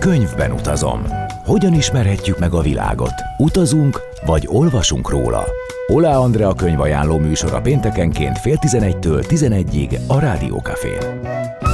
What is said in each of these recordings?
Könyvben utazom. Hogyan ismerhetjük meg a világot? Utazunk, vagy olvasunk róla? Oláh Andrea könyvajánló műsora péntekenként 10:30-től 11-ig a Rádió Cafén.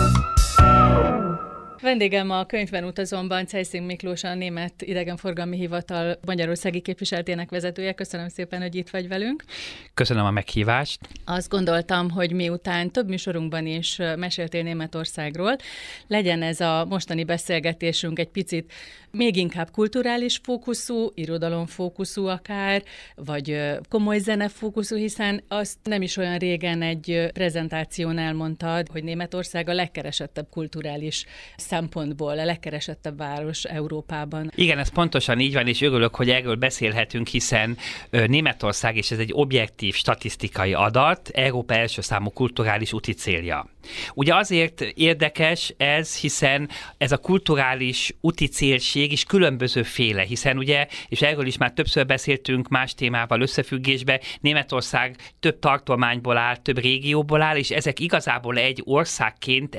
Vendégem a Könyvben utazomban Ceissing Miklós, a Német Idegenforgalmi Hivatal magyarországi képviseletének vezetője. Köszönöm szépen, hogy itt vagy velünk. Köszönöm a meghívást. Azt gondoltam, hogy miután több műsorunkban is meséltél Németországról, legyen ez a mostani beszélgetésünk egy picit még inkább kulturális fókuszú, irodalomfókuszú akár, vagy komoly zenefókuszú, hiszen azt nem is olyan régen egy prezentáción elmondtad, hogy Németország a legkeresettebb kulturális szempontból, a legkeresettebb város Európában. Igen, ez pontosan így van, és örülök, hogy erről beszélhetünk, hiszen Németország, és ez egy objektív statisztikai adat, Európa első számú kulturális úti célja. Ugye azért érdekes ez, hiszen ez a kulturális úti célség is különbözőféle, hiszen ugye, és erről is már többször beszéltünk más témával összefüggésbe, Németország több tartományból áll, több régióból áll, és ezek igazából egy országként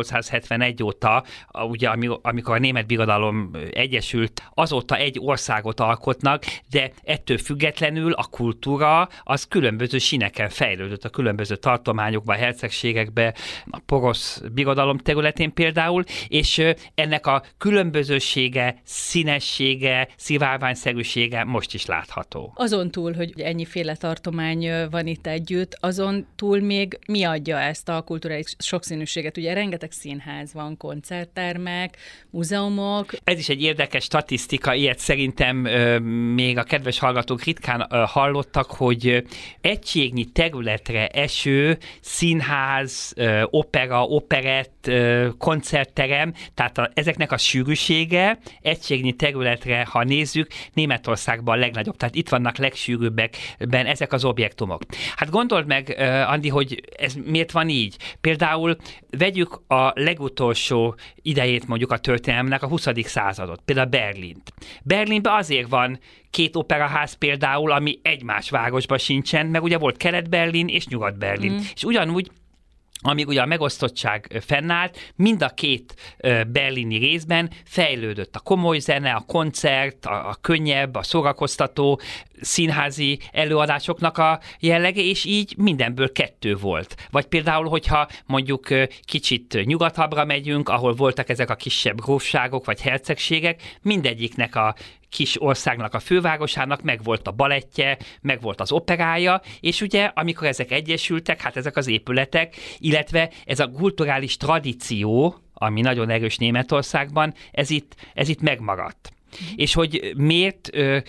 1871 óta, ugye amikor a Német Birodalom egyesült, azóta egy országot alkotnak, de ettől függetlenül a kultúra az különböző síneken fejlődött a különböző tartományokban, hercegségekben, a porosz birodalom területén például, és ennek a különbözősége, színessége, szivárványszerűsége most is látható. Azon túl, hogy ennyiféle tartomány van itt együtt, azon túl még mi adja ezt a kulturális sokszínűséget? Ugye rengeteg színház van, koncerttermek, múzeumok. Ez is egy érdekes statisztika, ilyet szerintem még a kedves hallgatók ritkán hallottak, hogy egységnyi területre eső színház, opera, operett, koncertterem, tehát ezeknek a sűrűsége egységnyi területre, ha nézzük, Németországban a legnagyobb. Tehát itt vannak legsűrűbbekben ezek az objektumok. Hát gondold meg, Andi, hogy ez miért van így? Például vegyük a legutolsó idejét mondjuk a történelemnek, a 20. századot, például Berlint. Berlinben azért van két operaház például, ami egymás városban sincsen, meg ugye volt Kelet-Berlin és Nyugat-Berlin. És ugyanúgy, amíg ugye a megosztottság fennállt, mind a két berlini részben fejlődött a komoly zene, a koncert, a könnyebb, a szórakoztató színházi előadásoknak a jellege, és így mindenből kettő volt. Vagy például, hogyha mondjuk kicsit nyugatabbra megyünk, ahol voltak ezek a kisebb grófságok vagy hercegségek, mindegyiknek a kis országnak a fővárosának megvolt a balettje, megvolt az operája, és ugye, amikor ezek egyesültek, hát ezek az épületek, illetve ez a kulturális tradíció, ami nagyon erős Németországban, ez itt megmaradt. És hogy miért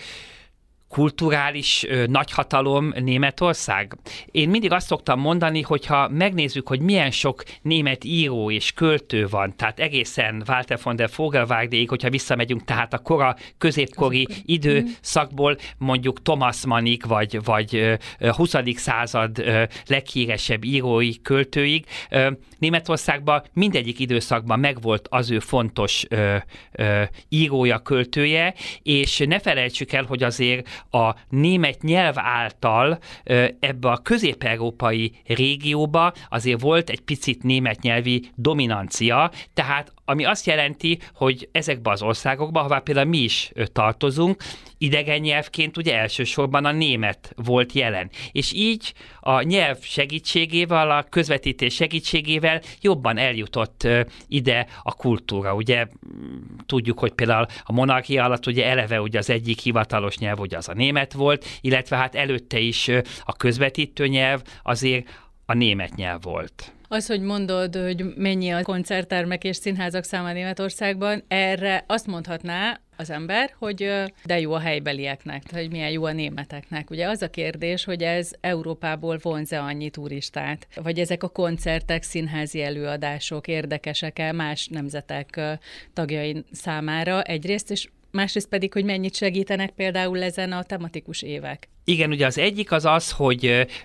kulturális nagyhatalom Németország? Én mindig azt szoktam mondani, hogyha megnézzük, hogy milyen sok német író és költő van, tehát egészen Walter von der Vogelweide-ig, hogyha visszamegyünk, tehát a középkori időszakból mondjuk Thomas Mannig, vagy 20. század leghíresebb írói, költőig, Németországban mindegyik időszakban megvolt az ő fontos írója, költője, és ne felejtsük el, hogy azért a német nyelv által ebbe a közép-európai régióba azért volt egy picit német nyelvi dominancia, tehát ami azt jelenti, hogy ezekben az országokban, ahová például mi is tartozunk, idegen nyelvként ugye elsősorban a német volt jelen. És így a nyelv segítségével, a közvetítés segítségével jobban eljutott ide a kultúra. Ugye tudjuk, hogy például a monarchia alatt ugye eleve ugye az egyik hivatalos nyelv ugye az a német volt, illetve hát előtte is a közvetítő nyelv azért a német nyelv volt. Az, hogy mondod, hogy mennyi a koncerttermek és színházak száma Németországban, erre azt mondhatná az ember, hogy de jó a helybelieknek, hogy milyen jó a németeknek. Ugye az a kérdés, hogy ez Európából vonz-e annyi turistát, vagy ezek a koncertek, színházi előadások érdekesek-e más nemzetek tagjai számára egyrészt, és másrészt pedig, hogy mennyit segítenek például ezen a tematikus évek. Igen, ugye az egyik az, hogy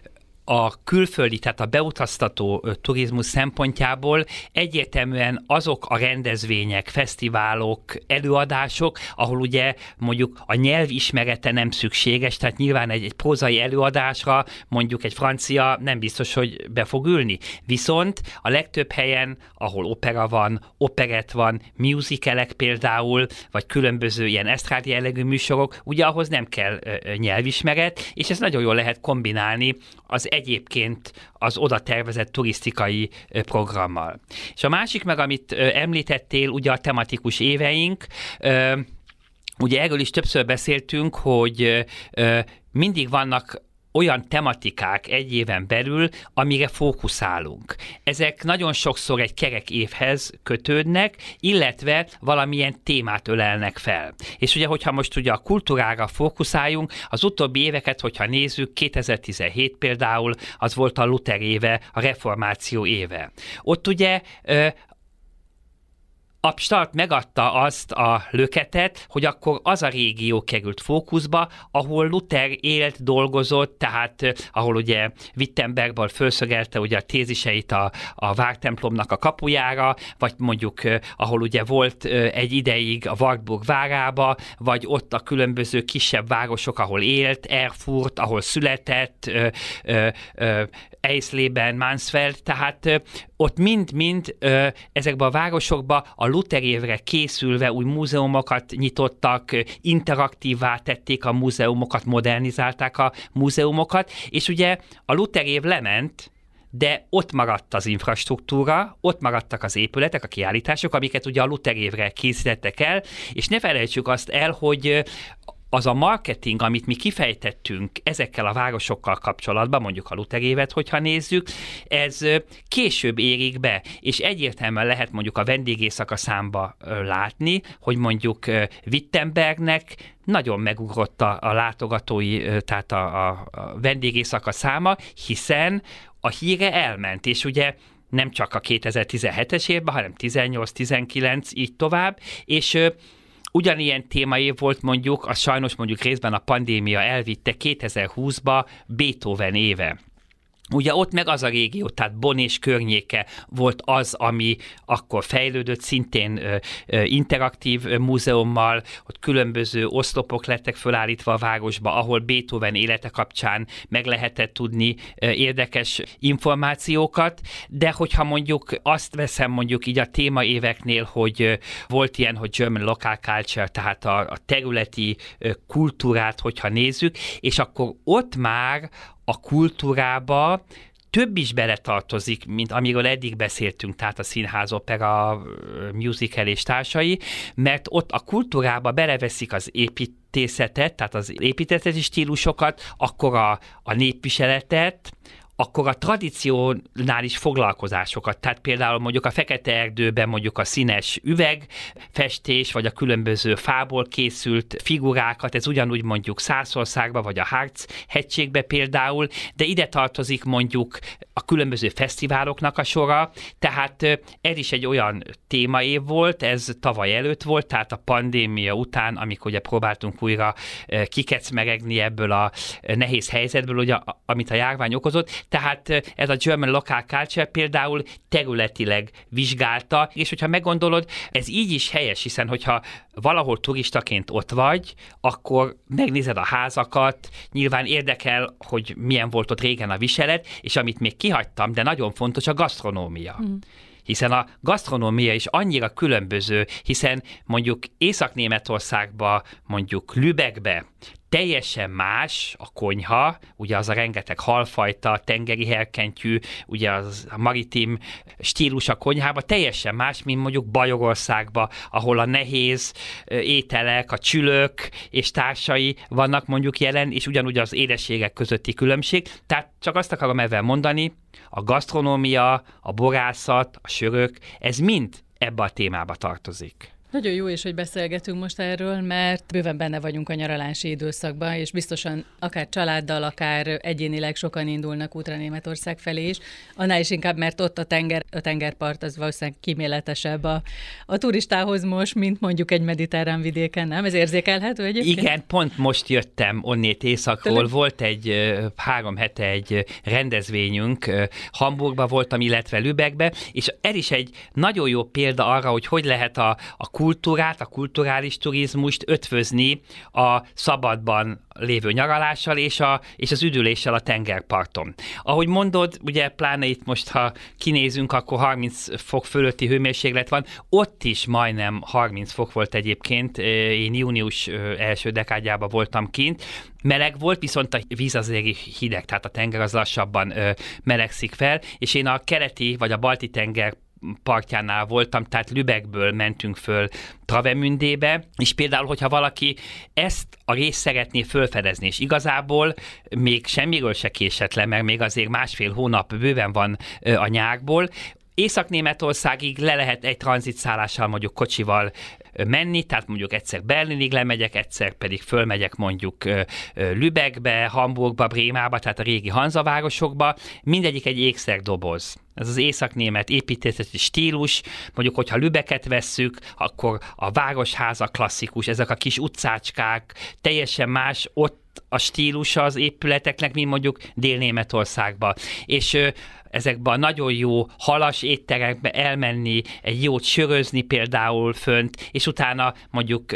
a külföldi, tehát a beutaztató turizmus szempontjából egyértelműen azok a rendezvények, fesztiválok, előadások, ahol ugye mondjuk a nyelvismerete nem szükséges, tehát nyilván egy prózai előadásra mondjuk egy francia nem biztos, hogy be fog ülni. Viszont a legtöbb helyen, ahol opera van, operett van, musicalek például, vagy különböző ilyen esztrádi jellegű műsorok, ugye ahhoz nem kell nyelvismeret, és ez nagyon jól lehet kombinálni az egyébként az oda tervezett turisztikai programmal. És a másik meg, amit említettél, ugye a tematikus éveink, ugye erről is többször beszéltünk, hogy mindig vannak olyan tematikák egy éven belül, amire fókuszálunk. Ezek nagyon sokszor egy kerek évhez kötődnek, illetve valamilyen témát ölelnek fel. És ugye, hogyha most ugye a kultúrára fókuszáljunk, az utóbbi éveket, hogyha nézzük, 2017 például, az volt a Luther éve, a reformáció éve. Ott ugye a Start megadta azt a löketet, hogy akkor az a régió került fókuszba, ahol Luther élt, dolgozott, tehát ahol ugye Wittenbergból felszögelte ugye a téziseit a vártemplomnak a kapujára, vagy mondjuk ahol ugye volt egy ideig a Wartburg várába, vagy ott a különböző kisebb városok, ahol élt, Erfurt, ahol született, Eisleben, Mansfeld, tehát ott mind-mind ezekben a városokban a Luther évre készülve új múzeumokat nyitottak, interaktívvá tették a múzeumokat, modernizálták a múzeumokat, és ugye a Luther év lement, de ott maradt az infrastruktúra, ott maradtak az épületek, a kiállítások, amiket ugye a Luther évre készítettek el, és ne felejtsük azt el, hogy az a marketing, amit mi kifejtettünk ezekkel a városokkal kapcsolatban, mondjuk a Luther évet, hogyha nézzük, ez később érik be, és egyértelműen lehet mondjuk a vendégészaka számba látni, hogy mondjuk Wittenbergnek nagyon megugrott a látogatói, tehát a vendégészaka száma, hiszen a híre elment, és ugye nem csak a 2017-es évben, hanem 18-19, így tovább, és ugyanilyen témaév volt mondjuk, az sajnos mondjuk részben a pandémia elvitte 2020-ba Beethoven éve. Ugye ott meg az a régió, tehát Bonn és környéke volt az, ami akkor fejlődött, szintén interaktív múzeummal, ott különböző oszlopok lettek fölállítva a városba, ahol Beethoven élete kapcsán meg lehetett tudni érdekes információkat, de hogyha mondjuk azt veszem mondjuk így a témaéveknél, hogy volt ilyen, hogy German Local Culture, tehát a területi kultúrát, hogyha nézzük, és akkor ott már a kultúrába több is beletartozik, mint amiről eddig beszéltünk, tehát a színház, opera, musical és társai, mert ott a kultúrába beleveszik az építészetet, tehát az építészeti stílusokat, akkor a népviseletet, akkor a tradicionális foglalkozásokat, tehát például mondjuk a Fekete Erdőben mondjuk a színes üvegfestés, vagy a különböző fából készült figurákat, ez ugyanúgy mondjuk Szászországban, vagy a Harz-hegységbe például, de ide tartozik mondjuk a különböző fesztiváloknak a sora, tehát ez is egy olyan témaév volt, ez tavaly előtt volt, tehát a pandémia után, amikor ugye próbáltunk újra kikecmeregni ebből a nehéz helyzetből, ugye, amit a járvány okozott, tehát ez a German Local Culture például területileg vizsgálta, és hogyha meggondolod, ez így is helyes, hiszen hogyha valahol turistaként ott vagy, akkor megnézed a házakat, nyilván érdekel, hogy milyen volt ott régen a viselet, és amit még kihagytam, de nagyon fontos, a gasztronómia. Hiszen a gasztronómia is annyira különböző, hiszen mondjuk Észak-Németországba, mondjuk Lübeckbe teljesen más a konyha, ugye az a rengeteg halfajta, tengeri herkentyű, ugye az a maritim stílus a konyhába teljesen más, mint mondjuk Bajorországba, ahol a nehéz ételek, a csülök és társai vannak mondjuk jelen, és ugyanúgy az édességek közötti különbség. Tehát csak azt akarom ezzel mondani, a gasztronómia, a borászat, a sörök, ez mind ebbe a témába tartozik. Nagyon jó is, hogy beszélgetünk most erről, mert bőven benne vagyunk a nyaralási időszakban, és biztosan akár családdal, akár egyénileg sokan indulnak útra Németország felé is. Annál is inkább, mert ott a tengerpart az valószínűleg kíméletesebb a turistához most, mint mondjuk egy mediterrán vidéken, nem? Ez érzékelhető egyébként? Igen, pont most jöttem onnét északról. Volt egy 3 hete egy rendezvényünk, Hamburgban voltam, illetve Lübeckbe, és ez is egy nagyon jó példa arra, hogy lehet a kultúrát, a kulturális turizmust ötvözni a szabadban lévő nyaralással és az üdüléssel a tengerparton. Ahogy mondod, ugye pláne itt most, ha kinézünk, akkor 30 fok fölötti hőmérséklet van, ott is majdnem 30 fok volt egyébként, én június első dekádjában voltam kint, meleg volt, viszont a víz az elég hideg, tehát a tenger az lassabban melegszik fel, és én a keleti vagy a balti tenger partjánál voltam, tehát Lübeckből mentünk föl Travemündébe, és például, hogyha valaki ezt a részt szeretné fölfedezni, és igazából még semmiről se késett le, mert még azért 1,5 hónap bőven van a nyárból, Észak-Németországig le lehet egy tranzitszállással mondjuk kocsival menni, tehát mondjuk egyszer Berlinig lemegyek, egyszer pedig fölmegyek mondjuk Lübeckbe, Hamburgba, Brémába, tehát a régi Hanzavárosokba, mindegyik egy ékszerdoboz. Ez az észak-német építészeti stílus, mondjuk, hogyha Lübecket vesszük, akkor a városháza klasszikus, ezek a kis utcácskák, teljesen más ott a stílusa az épületeknek, mint mondjuk Dél-Németországban. És ezekben a nagyon jó halas étterekbe elmenni, egy jót sörözni például fönt, és utána mondjuk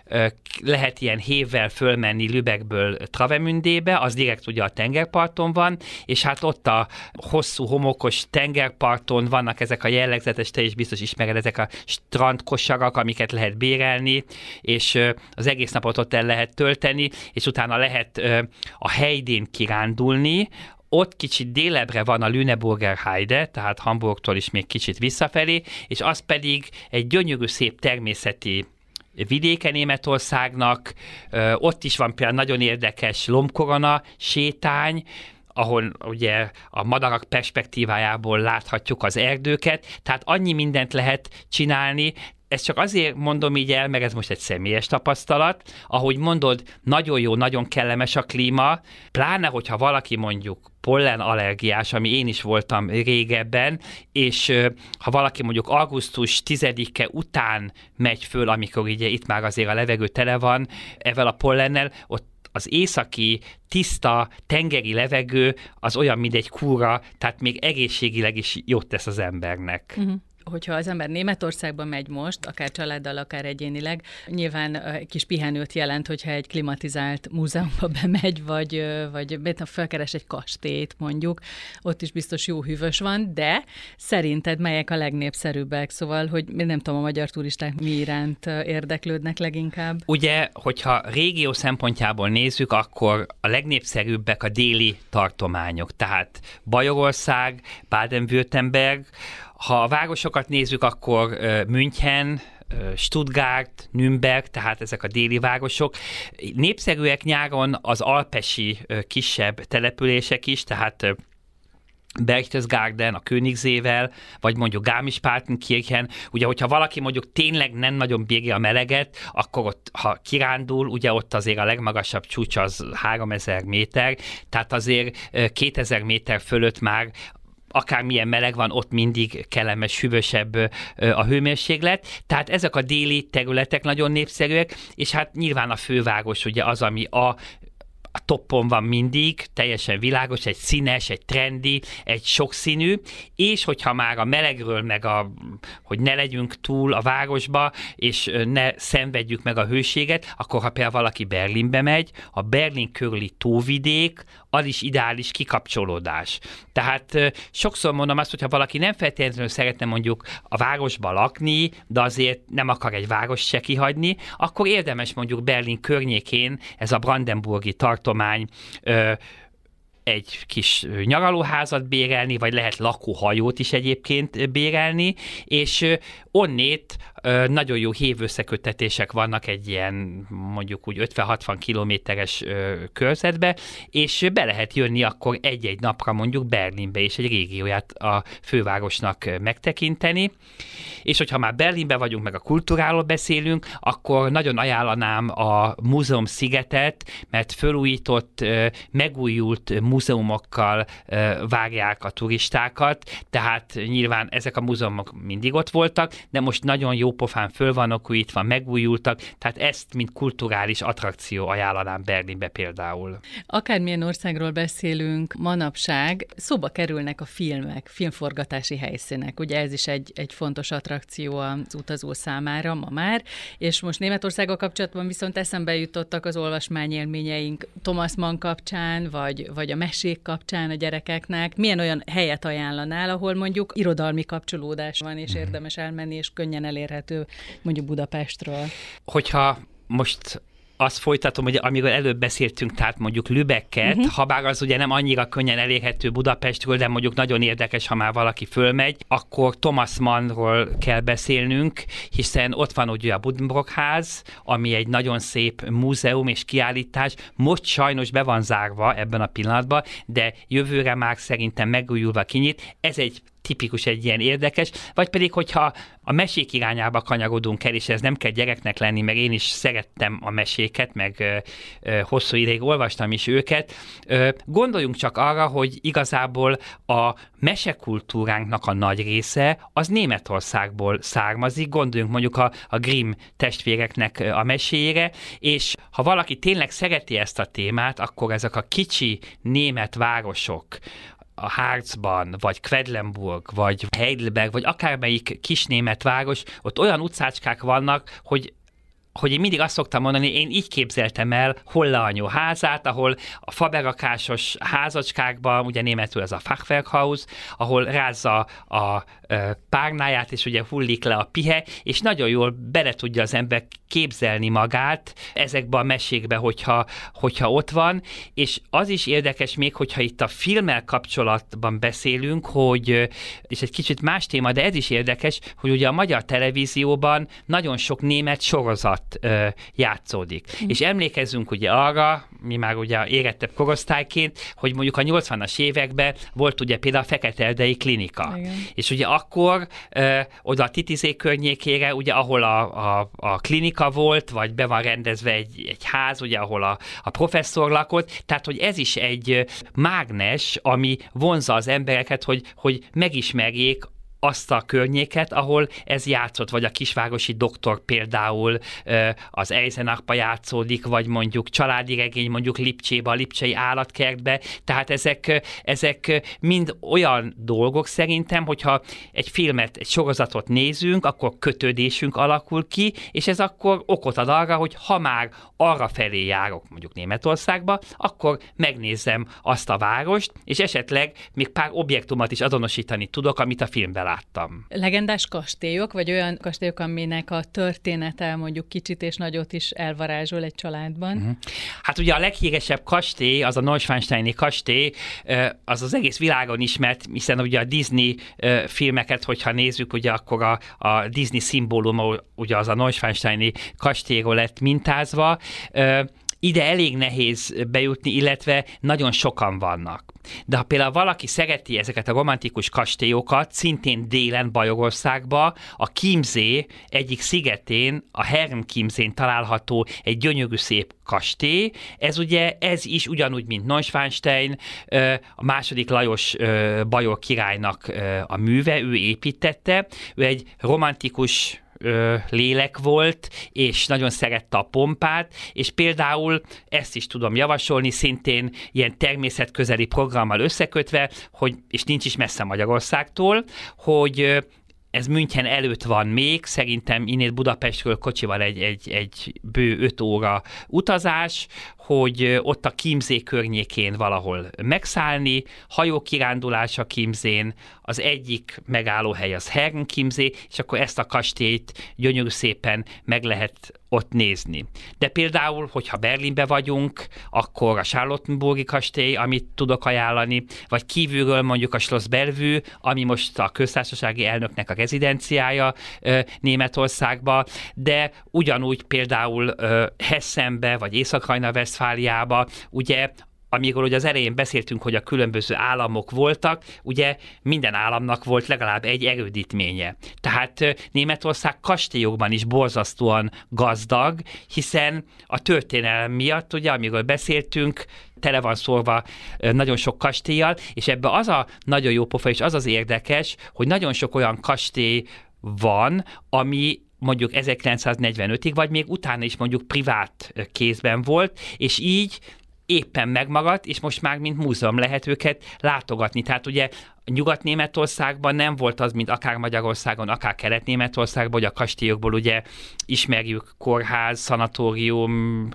lehet ilyen hévvel fölmenni Lübeckből Travemündébe, az direkt ugye a tengerparton van, és hát ott a hosszú homokos tengerparton vannak ezek a jellegzetes, te is biztos ismered, ezek a strandkosarak, amiket lehet bérelni, és az egész napot ott el lehet tölteni, és utána lehet a Heidén kirándulni. Ott kicsit délebbre van a Lüneburger Heide, tehát Hamburgtól is még kicsit visszafelé, és az pedig egy gyönyörű szép természeti vidéke Németországnak. Ott is van például nagyon érdekes lombkorona sétány, ahol ugye a madarak perspektívájából láthatjuk az erdőket, tehát annyi mindent lehet csinálni. Ezt csak azért mondom így el, mert ez most egy személyes tapasztalat. Ahogy mondod, nagyon jó, nagyon kellemes a klíma, pláne, hogyha valaki mondjuk pollenallergiás, ami én is voltam régebben, és ha valaki mondjuk augusztus 10-e után megy föl, amikor ugye itt már azért a levegő tele van ezzel a pollennel, ott az északi, tiszta, tengeri levegő az olyan, mint egy kúra, tehát még egészségileg is jót tesz az embernek. Uh-huh. Hogyha az ember Németországba megy most, akár családdal, akár egyénileg, nyilván kis pihenőt jelent, hogyha egy klimatizált múzeumba bemegy, vagy felkeres egy kastélyt mondjuk, ott is biztos jó hűvös van, de szerinted melyek a legnépszerűbbek? Szóval, hogy nem tudom, a magyar turisták mi iránt érdeklődnek leginkább? Ugye, hogyha régió szempontjából nézzük, akkor a legnépszerűbbek a déli tartományok, tehát Bajorország, Baden-Württemberg. Ha a városokat nézzük, akkor München, Stuttgart, Nürnberg, tehát ezek a déli városok. Népszerűek nyáron az alpesi kisebb települések is, tehát Berchtesgaden, a Königsével, vagy mondjuk Garmisch-Partenkirchen. Ugye, hogyha valaki mondjuk tényleg nem nagyon bírja a meleget, akkor ott, ha kirándul, ugye ott azért a legmagasabb csúcs az 3000 méter, tehát azért 2000 méter fölött már akármilyen meleg van, ott mindig kellemes, hűvösebb a hőmérséklet. Tehát ezek a déli területek nagyon népszerűek, és hát nyilván a főváros ugye az, ami a toppon van mindig, teljesen világos, egy színes, egy trendi, egy sokszínű, és hogyha már a melegről, meg hogy ne legyünk túl a városba, és ne szenvedjük meg a hőséget, akkor ha például valaki Berlinbe megy, a Berlin körüli tóvidék, az is ideális kikapcsolódás. Tehát sokszor mondom azt, hogyha valaki nem feltétlenül szeretne mondjuk a városba lakni, de azért nem akar egy várost se kihagyni, akkor érdemes mondjuk Berlin környékén ez a brandenburgi tartomány egy kis nyaralóházat bérelni, vagy lehet lakóhajót is egyébként bérelni, és onnét nagyon jó hévösszeköttetések vannak egy ilyen mondjuk úgy 50-60 kilométeres körzetbe, és be lehet jönni akkor egy-egy napra mondjuk Berlinbe és egy régióját a fővárosnak megtekinteni. És hogyha már Berlinben vagyunk, meg a kultúráról beszélünk, akkor nagyon ajánlanám a Múzeum Szigetet, mert fölújított, megújult múzeumokkal várják a turistákat, tehát nyilván ezek a múzeumok mindig ott voltak, de most nagyon jó pofán föl vannak újítva, megújultak, tehát ezt, mint kulturális attrakció ajánlanám Berlinbe például. Akármilyen országról beszélünk, manapság szóba kerülnek a filmek, filmforgatási helyszínek. Ugye ez is egy fontos attrakció az utazó számára ma már, és most Németországgal kapcsolatban viszont eszembe jutottak az olvasmányélményeink Thomas Mann kapcsán, vagy a mesék kapcsán a gyerekeknek. Milyen olyan helyet ajánlanál, ahol mondjuk irodalmi kapcsolódás van, és érdemes elmenni, és könnyen elérhető mondjuk Budapestről? Hogyha most azt folytatom, hogy amiről előbb beszéltünk, tehát mondjuk Lübecket, habár az ugye nem annyira könnyen elérhető Budapestről, de mondjuk nagyon érdekes, ha már valaki fölmegy, akkor Thomas Mannról kell beszélnünk, hiszen ott van ugye a Buddenbrock-ház, ami egy nagyon szép múzeum és kiállítás. Most sajnos be van zárva ebben a pillanatban, de jövőre már szerintem megújulva kinyit. Ez egy tipikus, egy ilyen érdekes, vagy pedig, hogyha a mesék irányába kanyarodunk el, és ez nem kell gyereknek lenni, mert én is szerettem a meséket, meg hosszú ideig olvastam is őket. Gondoljunk csak arra, hogy igazából a mesekultúránknak a nagy része az Németországból származik, gondoljunk mondjuk a Grimm testvéreknek a meséjére, és ha valaki tényleg szereti ezt a témát, akkor ezek a kicsi német városok, a Harzban, vagy Quedlinburg, vagy Heidelberg, vagy akármelyik kisnémet város, ott olyan utcácskák vannak, hogy én mindig azt szoktam mondani, én így képzeltem el Holle anyó házát, ahol a faberakásos házacskákban, ugye németül ez a Fachwerkhaus, ahol rázza a párnáját, és ugye hullik le a pihe, és nagyon jól bele tudja az ember képzelni magát ezekbe a mesékbe, hogyha ott van, és az is érdekes még, hogyha itt a filmmel kapcsolatban beszélünk, hogy, és egy kicsit más téma, de ez is érdekes, hogy ugye a magyar televízióban nagyon sok német sorozat játszódik. És emlékezzünk ugye arra, mi már ugye érettebb korosztályként, hogy mondjuk a 80-as években volt ugye például a Fekete-Erdei Klinika. Igen. És ugye akkor oda a Titizék környékére, ugye ahol a klinika volt, vagy be van rendezve egy ház, ugye ahol a professzor lakott, tehát hogy ez is egy mágnes, ami vonzza az embereket, hogy megismerjék azt a környéket, ahol ez játszott, vagy a Kisvárosi Doktor például az Eisenachba játszódik, vagy mondjuk családi regény, mondjuk Lipcsébe, a Lipcsei állatkertbe, tehát ezek mind olyan dolgok szerintem, hogyha egy filmet, egy sorozatot nézünk, akkor kötődésünk alakul ki, és ez akkor okot ad arra, hogy ha már arra felé járok, mondjuk Németországba, akkor megnézem azt a várost, és esetleg még pár objektumot is azonosítani tudok, amit a filmben láttam. Legendás kastélyok, vagy olyan kastélyok, aminek a története mondjuk kicsit és nagyot is elvarázsol egy családban? Hát ugye a leghíresebb kastély, az a Neuschwansteini kastély, az egész világon ismert, hiszen ugye a Disney filmeket, hogyha nézzük, ugye akkor a Disney szimbóluma, ugye az a Neuschwansteini kastélyról lett mintázva. Ide elég nehéz bejutni, illetve nagyon sokan vannak. De ha például valaki szereti ezeket a romantikus kastélyokat, szintén délen Bajorországban, a Chiemsee egyik szigetén, a Herrenchiemsén található egy gyönyörű szép kastély. Ez is ugyanúgy, mint Neuschwanstein, a második Lajos bajor királynak a műve, ő építette. Ő egy romantikus lélek volt, és nagyon szerette a pompát, és például ezt is tudom javasolni, szintén ilyen természetközeli programmal összekötve, és nincs is messze Magyarországtól, hogy ez München előtt van még, szerintem innét Budapestről kocsival egy bő 5 óra utazás, hogy ott a Chiemsee környékén valahol megszállni, hajókirándulás a Chiemsén, az egyik megállóhely az Herrenchiemsee, és akkor ezt a kastélyt gyönyörű szépen meg lehet ott nézni. De például, hogyha Berlinbe vagyunk, akkor a Charlottenburgi kastély, amit tudok ajánlani, vagy kívülről mondjuk a Schloss Bellevue, ami most a köztársasági elnöknek a rezidenciája Németországba, de ugyanúgy például Hessenbe, vagy Észak-Rajna-Vesztfáliába, ugye, amikor ugye az elején beszéltünk, hogy a különböző államok voltak, ugye minden államnak volt legalább egy erődítménye. Tehát Németország kastélyokban is borzasztóan gazdag, hiszen a történelem miatt, ugye, amiről beszéltünk, tele van szórva nagyon sok kastélyjal, és ebben az a nagyon jó pofa, és az az érdekes, hogy nagyon sok olyan kastély van, ami mondjuk 1945-ig, vagy még utána is mondjuk privát kézben volt, és így éppen megmaradt, és most már mint múzeum lehet őket látogatni. Tehát ugye Nyugat-Németországban nem volt az, mint akár Magyarországon, akár Kelet-Németországban, hogy a kastélyokból ugye ismerjük kórház, szanatórium,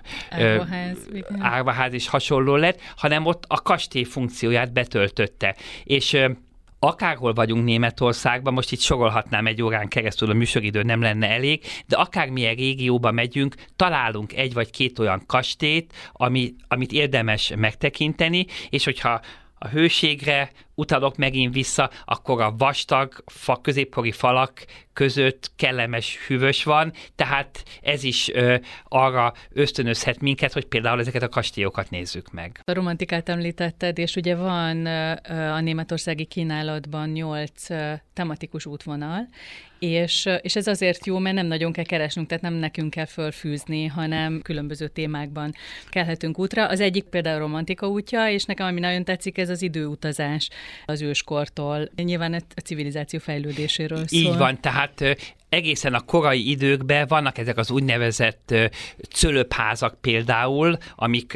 árvaház és hasonló lett, hanem ott a kastély funkcióját betöltötte. És akárhol vagyunk Németországban, most itt sorolhatnám egy órán keresztül, a műsoridő nem lenne elég, de akármilyen régióba megyünk, találunk egy vagy két olyan kastélyt, amit érdemes megtekinteni, és hogyha a hőségre utalok megint vissza, akkor a vastag középkori falak között kellemes hűvös van, tehát ez is arra ösztönözhet minket, hogy például ezeket a kastélyokat nézzük meg. A romantikát említetted, és ugye van a németországi kínálatban 8 tematikus útvonal, és ez azért jó, mert nem nagyon kell keresnünk, tehát nem nekünk kell fölfűzni, hanem különböző témákban kelhetünk útra. Az egyik például a romantika útja, és nekem ami nagyon tetszik, ez az időutazás az őskortól. Nyilván a civilizáció fejlődéséről szól. Így van, tehát egészen a korai időkben vannak ezek az úgynevezett cölöpházak például, amik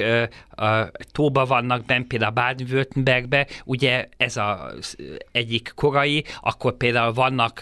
tóba vannak benn, például Baden-Württembergben, ugye ez az egyik korai, akkor például vannak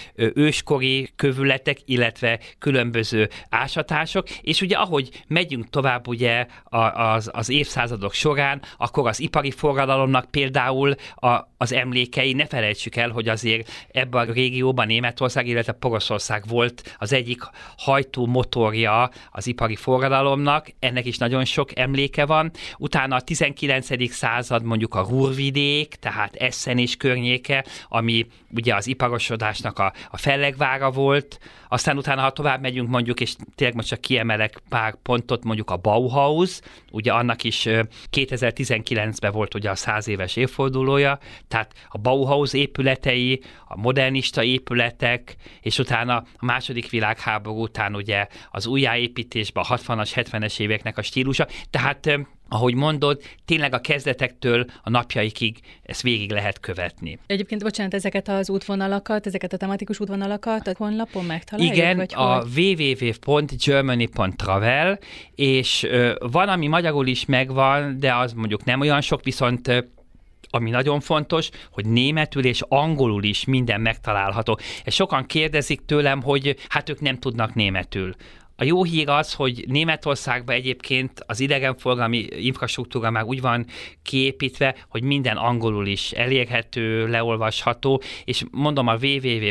őskori kövületek, illetve különböző ásatások, és ugye ahogy megyünk tovább ugye az évszázadok során, akkor az ipari forradalomnak például az emlékei, ne felejtsük el, hogy azért ebben a régióban Németország, illetve Poroszország volt az egyik hajtó motorja az ipari forradalomnak, ennek is nagyon sok emléke van. Utána a 19. század mondjuk a Ruhrvidék, tehát Essen és környéke, ami ugye az iparosodásnak a fellegvára volt. Aztán utána, ha tovább megyünk mondjuk, és tényleg most csak kiemelek pár pontot, mondjuk a Bauhaus, ugye annak is 2019-ben volt ugye a 100 éves évfordulója, tehát a Bauhaus épületei, a modernista épületek, és utána a második világháború után ugye az újjáépítésben a 60-as, 70-es éveknek a stílusa, tehát ahogy mondod, tényleg a kezdetektől a napjaikig ezt végig lehet követni. Egyébként, bocsánat, ezeket az útvonalakat, ezeket a tematikus útvonalakat a honlapon megtaláljuk? Igen, vagy a www.germany.travel, és van, ami magyarul is megvan, de az mondjuk nem olyan sok, viszont ami nagyon fontos, hogy németül és angolul is minden megtalálható. Ezt sokan kérdezik tőlem, hogy hát ők nem tudnak németül. A jó hír az, hogy Németországban egyébként az idegenforgalmi infrastruktúra már úgy van kiépítve, hogy minden angolul is elérhető, leolvasható, és mondom, a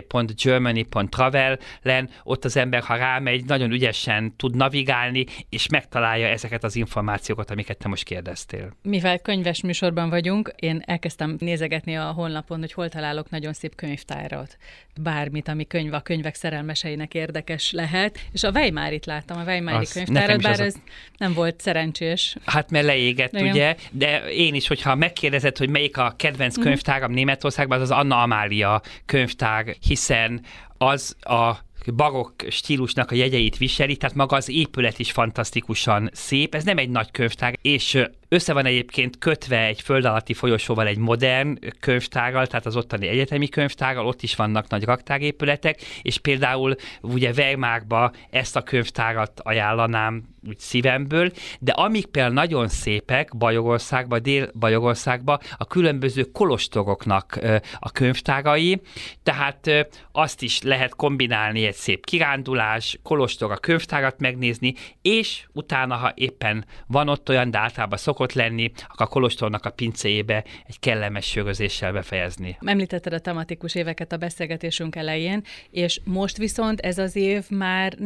www.germany.travel-en ott az ember, ha rámegy, nagyon ügyesen tud navigálni, és megtalálja ezeket az információkat, amiket te most kérdeztél. Mivel könyves műsorban vagyunk, én elkezdtem nézegetni a honlapon, hogy hol találok nagyon szép könyvtárat. Bármit, ami a könyvek szerelmeseinek érdekes lehet, és a Weimárit láttam, a Weimári könyvtárat, bár ez nem volt szerencsés. Hát mert leégett, igen. Ugye, de én is, hogyha megkérdezed, hogy melyik a kedvenc könyvtáram Németországban, az Anna Amália könyvtár, hiszen az a barokk stílusnak a jegyeit viseli, tehát maga az épület is fantasztikusan szép. Ez nem egy nagy könyvtár, és össze van egyébként kötve egy föld alatti folyosóval egy modern könyvtárral, tehát az ottani egyetemi könyvtárral, ott is vannak nagy raktárépületek, és például ugye Weimárba ezt a könyvtárat ajánlanám úgy szívemből, de amik például nagyon szépek Bajorországban, Dél-Bajorországban, a különböző kolostoroknak a könyvtárai, tehát azt is lehet kombinálni, egy szép kirándulás, kolostor, a könyvtárat megnézni, és utána, ha éppen van ott olyan, de általában szokott lenni, akkor a kolostornak a pincéjébe egy kellemes sörözéssel befejezni. Említetted a tematikus éveket a beszélgetésünk elején, és most viszont ez az év már nem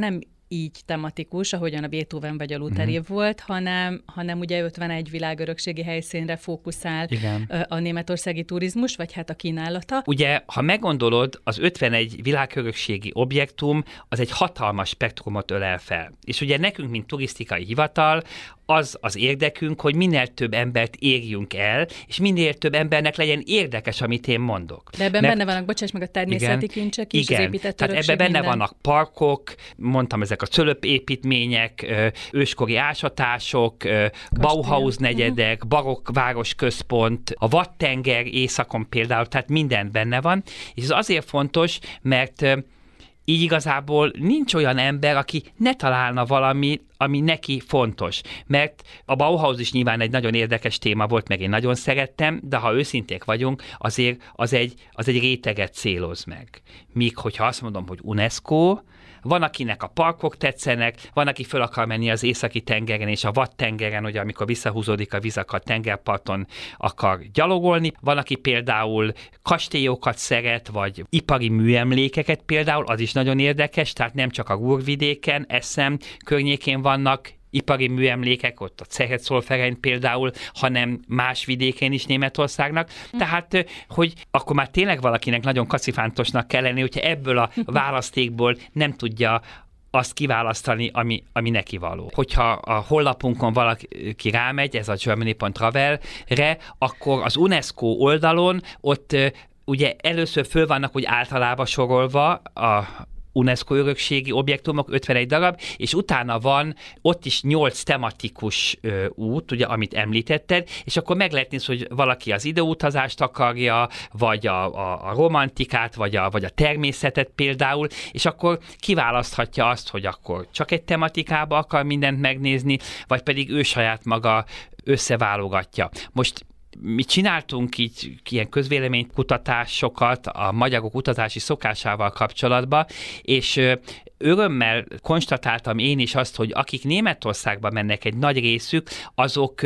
így tematikus, ahogyan a Beethoven vagy a Luther év volt, hanem ugye 51 világörökségi helyszínre fókuszál a németországi turizmus, vagy hát a kínálata. Ugye, ha meggondolod, az 51 világörökségi objektum az egy hatalmas spektrumot ölel fel. És ugye nekünk, mint turisztikai hivatal, az érdekünk, hogy minél több embert érjünk el, és minél több embernek legyen érdekes, amit én mondok. De ebben benne vannak, bocsáss meg, a természeti kincsek is, az épített tehát örökség, ebben benne vannak parkok, mondtam, ezek a cölöpépítmények, őskori ásatások, Bauhaus negyedek, barokk városközpont, a Vadtenger északon például, tehát minden benne van, és ez azért fontos, mert így igazából nincs olyan ember, aki ne találna valamit, ami neki fontos. Mert a Bauhaus is nyilván egy nagyon érdekes téma volt, meg én nagyon szerettem, de ha őszinték vagyunk, azért az egy réteget céloz meg. Míg hogyha azt mondom, hogy UNESCO, van, akinek a parkok tetszenek, van, aki föl akar menni az északi tengeren és a Vadtengeren, ugye amikor visszahúzódik a víz, akkor a tengerparton akar gyalogolni. Van, aki például kastélyokat szeret, vagy ipari műemlékeket például, az is nagyon érdekes, tehát nem csak a Ruhrvidéken, Essen környékén vannak ipari műemlékek, ott a Cehetszolferein például, hanem más vidéken is Németországnak. Tehát, hogy akkor már tényleg valakinek nagyon kacifántosnak kell lenni, hogyha ebből a választékból nem tudja azt kiválasztani, ami neki való. Hogyha a honlapunkon valaki rámegy, ez a germany.travel-re, akkor az UNESCO oldalon ott ugye először föl vannak úgy általában sorolva a UNESCO örökségi objektumok, 51 darab, és utána van ott is 8 tematikus út, ugye, amit említetted, és akkor meg lehet nézni, hogy valaki az időutazást akarja, vagy a romantikát, vagy a természetet például, és akkor kiválaszthatja azt, hogy akkor csak egy tematikába akar mindent megnézni, vagy pedig ő saját maga összeválogatja. Most mi csináltunk így ilyen közvéleménykutatásokat a magyarok utazási szokásával kapcsolatban, és örömmel konstatáltam én is azt, hogy akik Németországba mennek, egy nagy részük, azok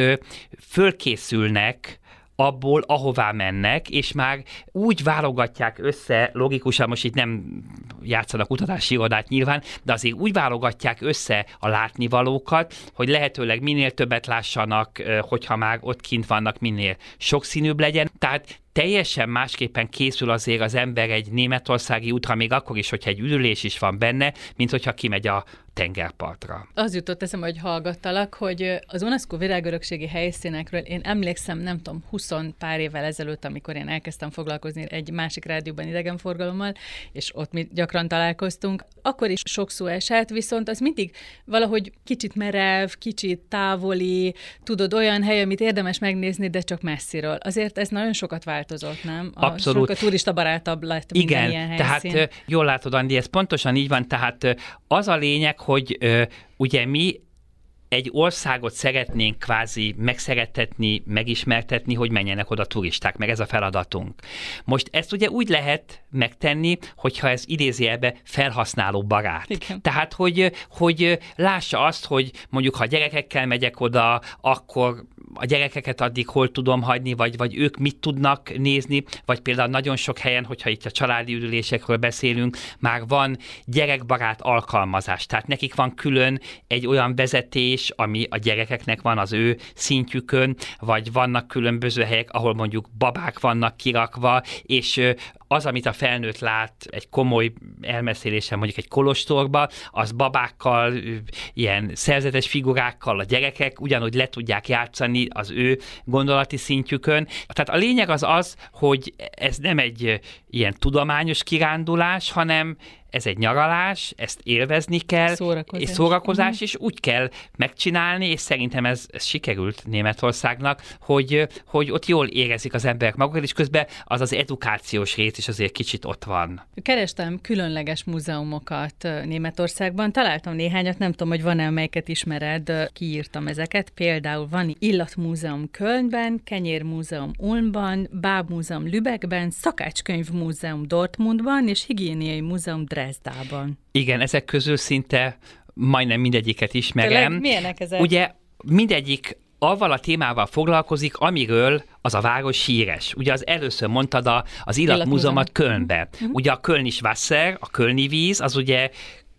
fölkészülnek abból, ahová mennek, és már úgy válogatják össze, logikusan most itt nem játszanak utazási irodát nyilván, de azért úgy válogatják össze a látnivalókat, hogy lehetőleg minél többet lássanak, hogyha már ott kint vannak, minél sokszínűbb legyen. Tehát teljesen másképpen készül azért az ember egy németországi útra, még akkor is, hogyha egy üdülés is van benne, mint hogyha kimegy a tengerpartra. Az jutott eszembe, hogy hallgattalak, hogy az UNESCO világörökségi helyszínekről én emlékszem, nem tudom, 20 pár évvel ezelőtt, amikor én elkezdtem foglalkozni egy másik rádióban idegenforgalommal, és ott mi gyakran találkoztunk, akkor is sok szó esett, viszont az mindig valahogy kicsit merev, kicsit távoli, tudod, olyan hely, amit érdemes megnézni, de csak messziről. Azért ez nagyon sokat változott, nem? Abszolút. Sokkal turistabarátabb lett minden ilyen helyszín. Tehát jól látod, Andi, ez pontosan így van, tehát az a lényeg, hogy ugye mi egy országot szeretnénk kvázi megszerettetni, megismertetni, hogy menjenek oda turisták, meg ez a feladatunk. Most ezt ugye úgy lehet megtenni, hogyha ez idézőjelben felhasználó barát. Igen. Tehát, hogy lássa azt, hogy mondjuk, ha gyerekekkel megyek oda, akkor a gyerekeket addig hol tudom hagyni, vagy ők mit tudnak nézni, vagy például nagyon sok helyen, hogyha itt a családi üdülésekről beszélünk, már van gyerekbarát alkalmazás. Tehát nekik van külön egy olyan vezetés, ami a gyerekeknek van az ő szintjükön, vagy vannak különböző helyek, ahol mondjuk babák vannak kirakva, és az, amit a felnőtt lát egy komoly elmesélésen, mondjuk egy kolostorba, az babákkal, ilyen szerzetes figurákkal a gyerekek ugyanúgy le tudják játszani az ő gondolati szintjükön. Tehát a lényeg az, hogy ez nem egy ilyen tudományos kirándulás, hanem ez egy nyaralás, ezt élvezni kell, és szórakozás, és úgy kell megcsinálni, és szerintem ez sikerült Németországnak, hogy ott jól érezik az emberek magukat, és közben az edukációs rész is azért kicsit ott van. Kerestem különleges múzeumokat Németországban, találtam néhányat, nem tudom, hogy van-e, melyiket ismered, kiírtam ezeket. Például van Illatmúzeum Kölnben, Kenyérmúzeum Ulmban, Bábmúzeum Lübeckben, Szakácskönyvmúzeum Dortmundban, és Higiéniai Múzeum Dresdában. Igen, ezek közül szinte majdnem mindegyiket ismerem. Tényleg, milyenek ezek? Ugye mindegyik avval a témával foglalkozik, amiről az a város híres. Ugye az először mondtad az Illatmúzeumot Kölnbe. Ugye a Kölnis Wasser, a kölni víz, az ugye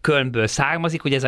Kölnből származik, ugye ez a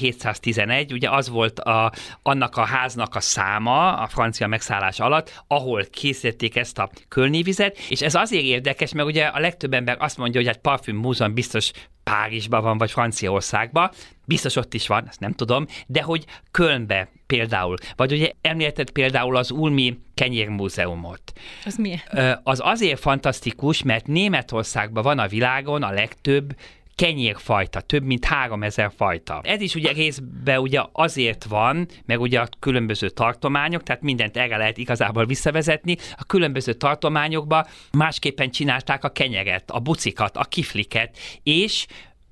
4711, ugye az volt annak a háznak a száma a francia megszállás alatt, ahol készítették ezt a kölni vizet, és ez azért érdekes, mert ugye a legtöbb ember azt mondja, hogy hát parfümmúzeum biztos Párizsban van, vagy Franciaországban, biztos ott is van, ezt nem tudom, de hogy Kölnbe például, vagy ugye említett például az Ulmi Kenyérmúzeumot. Az milyen? Az azért fantasztikus, mert Németországban van a világon a legtöbb kenyérfajta, több mint 3000 fajta. Ez is ugye részben ugye azért van, meg ugye a különböző tartományok, tehát mindent erre lehet igazából visszavezetni, a különböző tartományokban másképpen csinálták a kenyeret, a bucikat, a kifliket, és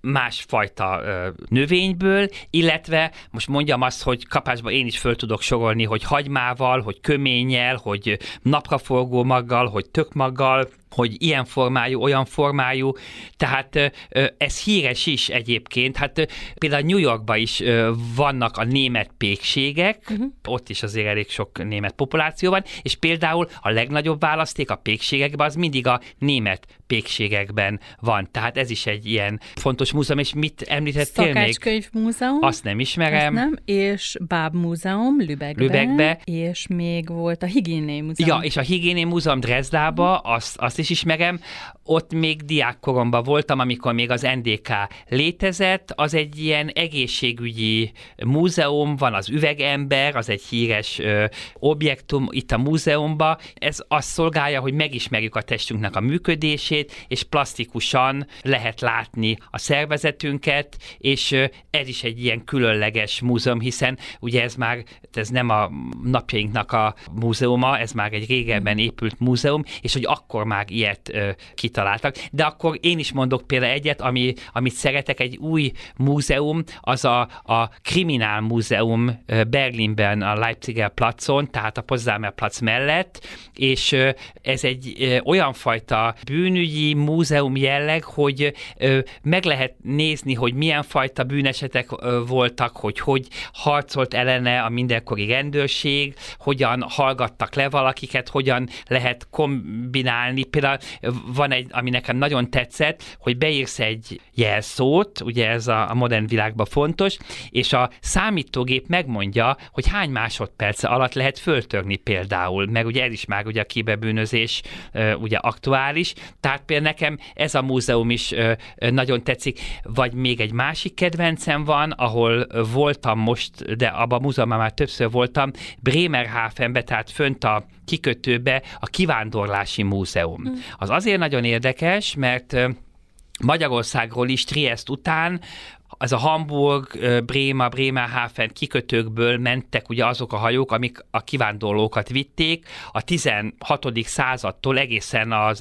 másfajta növényből, illetve most mondjam azt, hogy kapásban én is föl tudok sorolni, hogy hagymával, hogy köménnyel, hogy napraforgó maggal, hogy tökmaggal, hogy ilyen formájú, olyan formájú, tehát ez híres is egyébként, hát például New Yorkban is vannak a német pékségek, ott is azért elég sok német populáció van, és például a legnagyobb választék a pékségekben az mindig a német pékségekben van, tehát ez is egy ilyen fontos múzeum, és mit említettél még? Szakácskönyvmúzeum. Azt nem ismerem. Azt nem, és Bábmúzeum Lübeckbe, és még volt a Higiéné Múzeum. Ja, és a Higiéné Múzeum Dresdába, azt is ismerem, ott még diákkoromban voltam, amikor még az NDK létezett, az egy ilyen egészségügyi múzeum, van az üvegember, az egy híres objektum itt a múzeumban, ez azt szolgálja, hogy megismerjük a testünknek a működését, és plastikusan lehet látni a szervezetünket, és ez is egy ilyen különleges múzeum, hiszen ugye ez nem a napjainknak a múzeuma, ez már egy régebben épült múzeum, és hogy akkor már ilyet kitaláltak. De akkor én is mondok például egyet, amit szeretek, egy új múzeum, az a Kriminálmúzeum Berlinben, a Leipziger Platzon, tehát a Potsdamer Platz mellett, és ez egy olyan fajta bűnügyi múzeum jelleg, hogy meg lehet nézni, hogy milyen fajta bűnesetek voltak, hogy harcolt ellene a mindenkori rendőrség, hogyan hallgattak le valakiket, hogyan lehet kombinálni. Például van egy, ami nekem nagyon tetszett, hogy beírsz egy jelszót, ugye ez a modern világban fontos, és a számítógép megmondja, hogy hány másodperc alatt lehet föltörni például, meg ugye ez is már ugye a kiberbűnözés ugye aktuális, tehát például nekem ez a múzeum is nagyon tetszik, vagy még egy másik kedvencem van, ahol voltam most, de abban a múzeumban már többször voltam, Bremerhavenbe, tehát fönt a kikötőbe a Kivándorlási Múzeum. Az azért nagyon érdekes, mert Magyarországról is Triest után ez a Hamburg, Bréma, Bremerhaven kikötőkből mentek ugye azok a hajók, amik a kivándorlókat vitték a 16. századtól egészen az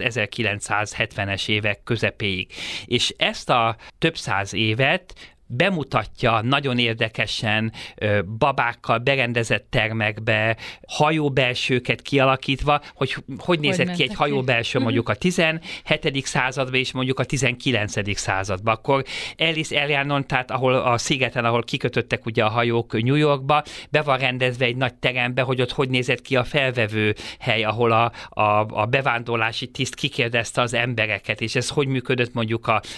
1970-es évek közepéig. És ezt a több száz évet bemutatja nagyon érdekesen, babákkal berendezett termekbe, hajóbelsőket kialakítva, hogy nézett ki egy hajóbelső mondjuk a 17. században és mondjuk a 19. században. Akkor Ellis Eljánon, tehát ahol a szigeten, ahol kikötöttek ugye a hajók New Yorkba, be van rendezve egy nagy terembe, hogy nézett ki a felvevő hely, ahol a bevándorlási tiszt kikérdezte az embereket, és ez hogy működött mondjuk a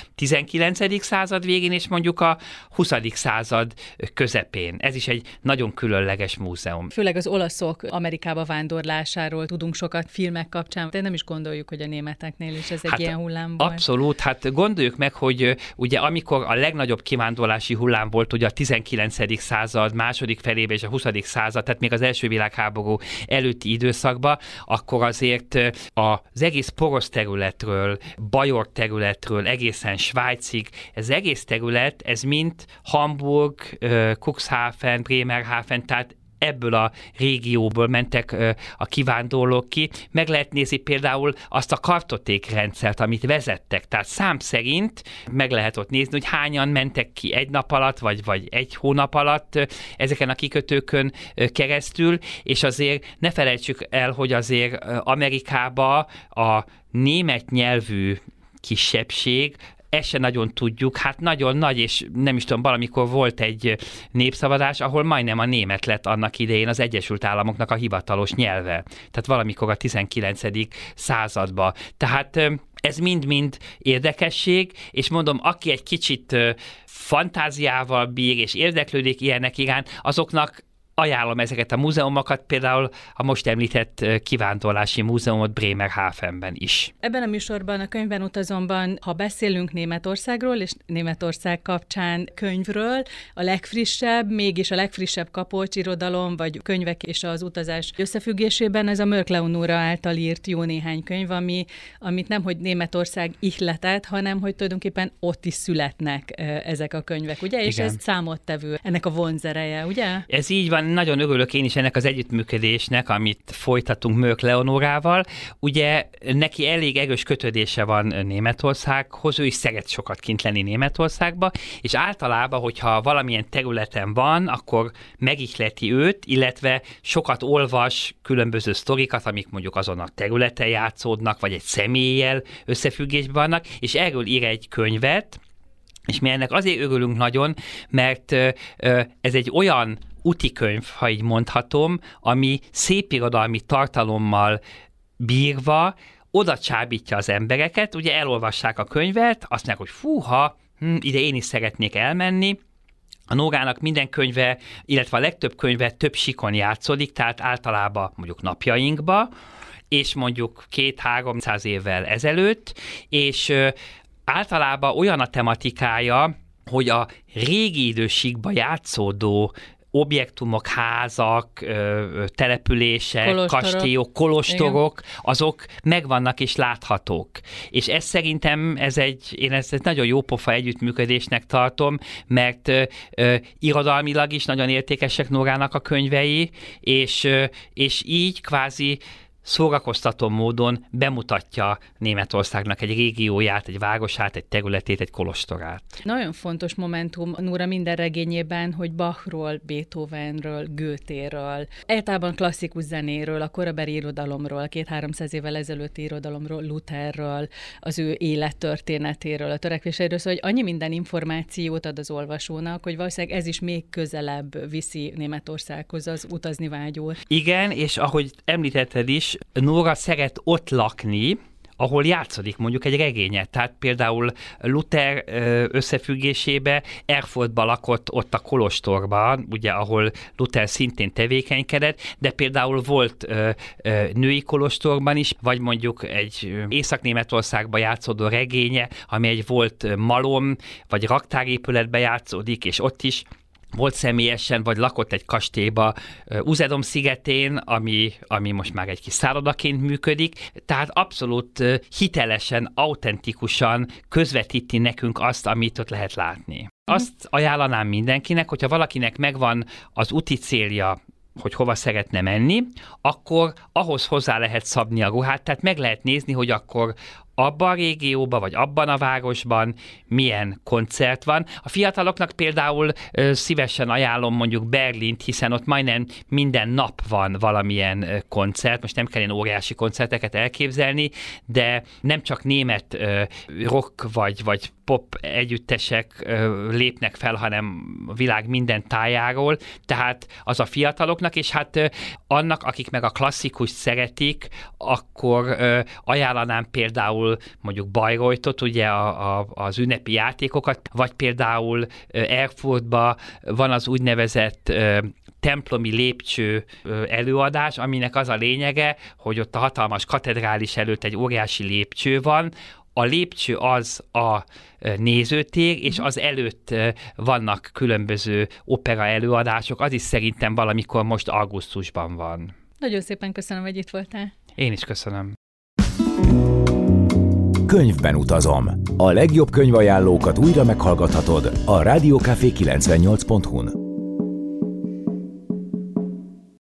19. század végén, és mondjuk a 20. század közepén. Ez is egy nagyon különleges múzeum. Főleg az olaszok Amerikába vándorlásáról tudunk sokat filmek kapcsán, de nem is gondoljuk, hogy a németeknél is ez egy ilyen hullám volt. Abszolút, hát gondoljuk meg, hogy ugye amikor a legnagyobb kivándorlási hullám volt ugye a 19. század második felében és a 20. század, tehát még az első világháború előtti időszakban, akkor azért az egész porosz területről, bajor területről, egészen Svájcig, ez egész terület, ez mint Hamburg, Cuxhaven, Bremerhaven, tehát ebből a régióból mentek a kivándorlók ki. Meg lehet nézni például azt a kartotékrendszert, amit vezettek. Tehát szám szerint meg lehet ott nézni, hogy hányan mentek ki egy nap alatt, vagy egy hónap alatt ezeken a kikötőkön keresztül, és azért ne felejtsük el, hogy azért Amerikában a német nyelvű kisebbség, ezt se nagyon tudjuk, hát nagyon nagy, és nem is tudom, valamikor volt egy népszavazás, ahol majdnem a német lett annak idején az Egyesült Államoknak a hivatalos nyelve. Tehát valamikor a 19. században. Tehát Ez mind-mind érdekesség, és mondom, aki egy kicsit fantáziával bír és érdeklődik ilyenek iránt, azoknak ajánlom ezeket a múzeumokat, például a most említett kivándorlási múzeumot Bremerhavenben is. Ebben a műsorban, a Könyvben utazomban, ha beszélünk Németországról, és Németország kapcsán könyvről, a legfrissebb, mégis a legfrissebb Kapolcs irodalom, vagy könyvek és az utazás összefüggésében ez a Mörk Leonóra által írt jó néhány könyv, amit nemhogy Németország ihletett, hanem hogy tulajdonképpen ott is születnek ezek a könyvek, ugye? És ez számottevő, ennek a vonzereje, ugye? Ez így van. Nagyon örülök én is ennek az együttműködésnek, amit folytatunk Mörk Leonórával. Ugye neki elég erős kötődése van Németországhoz, ő is szeret sokat kint lenni Németországba, és általában, hogyha valamilyen területen van, akkor megihleti őt, illetve sokat olvas különböző sztorikat, amik mondjuk azon a területen játszódnak, vagy egy személlyel összefüggésben vannak, és erről ír egy könyvet, és mi ennek azért örülünk nagyon, mert ez egy olyan útikönyv, ha így mondhatom, ami szépirodalmi tartalommal bírva oda csábítja az embereket, ugye elolvassák a könyvet, azt mondják, hogy fúha, ide én is szeretnék elmenni. A Nórának minden könyve, illetve a legtöbb könyve több síkon játszódik, tehát általában mondjuk napjainkba, és mondjuk 200-300 évvel ezelőtt, és általában olyan a tematikája, hogy a régi időségben játszódó objektumok, házak, települések, kastélyok, kolostorok, azok megvannak és láthatók. És ez szerintem én ezt egy nagyon jó pofa együttműködésnek tartom, mert irodalmilag is nagyon értékesek Nórának a könyvei, és így kvázi szórakoztató módon bemutatja Németországnak egy régióját, egy városát, egy területét, egy kolostorát. Nagyon fontos momentum Nóra minden regényében, hogy Bachról, Beethovenről, Goethéről, általában klasszikus zenéről, a korabeli irodalomról, 200-300 évvel ezelőtti irodalomról, Lutherről, az ő élettörténetéről, a törekvéseiről, szóval hogy annyi minden információt ad az olvasónak, hogy valószínűleg ez is még közelebb viszi Németországhoz az utazni vágyót. Igen, és ahogy említetted is, Nóra szeret ott lakni, ahol játszódik mondjuk egy regényet. Tehát például Luther összefüggésébe Erfurtban lakott ott a kolostorban, ugye, ahol Luther szintén tevékenykedett, de például volt női kolostorban is, vagy mondjuk egy Észak-Németországban játszódó regénye, ami egy volt malom, vagy raktárépületben játszódik, és ott is volt személyesen, vagy lakott egy kastélyba Usedom szigetén, ami most már egy kis szállodaként működik, tehát abszolút hitelesen, autentikusan közvetíti nekünk azt, amit ott lehet látni. Azt ajánlanám mindenkinek, hogyha valakinek megvan az úti célja, hogy hova szeretne menni, akkor ahhoz hozzá lehet szabni a ruhát, tehát meg lehet nézni, hogy akkor abban a régióban, vagy abban a városban milyen koncert van. A fiataloknak például szívesen ajánlom mondjuk Berlint, hiszen ott majdnem minden nap van valamilyen koncert. Most nem kell ilyen óriási koncerteket elképzelni, de nem csak német rock vagy pop együttesek lépnek fel, hanem a világ minden tájáról. Tehát az a fiataloknak, és hát annak, akik meg a klasszikust szeretik, akkor ajánlanám például mondjuk Bayreuthot, ugye az ünnepi játékokat, vagy például Erfurtban van az úgynevezett templomi lépcső előadás, aminek az a lényege, hogy ott a hatalmas katedrális előtt egy óriási lépcső van, a lépcső az a nézőtér, és az előtt vannak különböző opera előadások, az is szerintem valamikor most augusztusban van. Nagyon szépen köszönöm, hogy itt voltál. Én is köszönöm. Könyvben utazom. A legjobb könyvajánlókat újra meghallgathatod a rádiókafé 98.hu-n.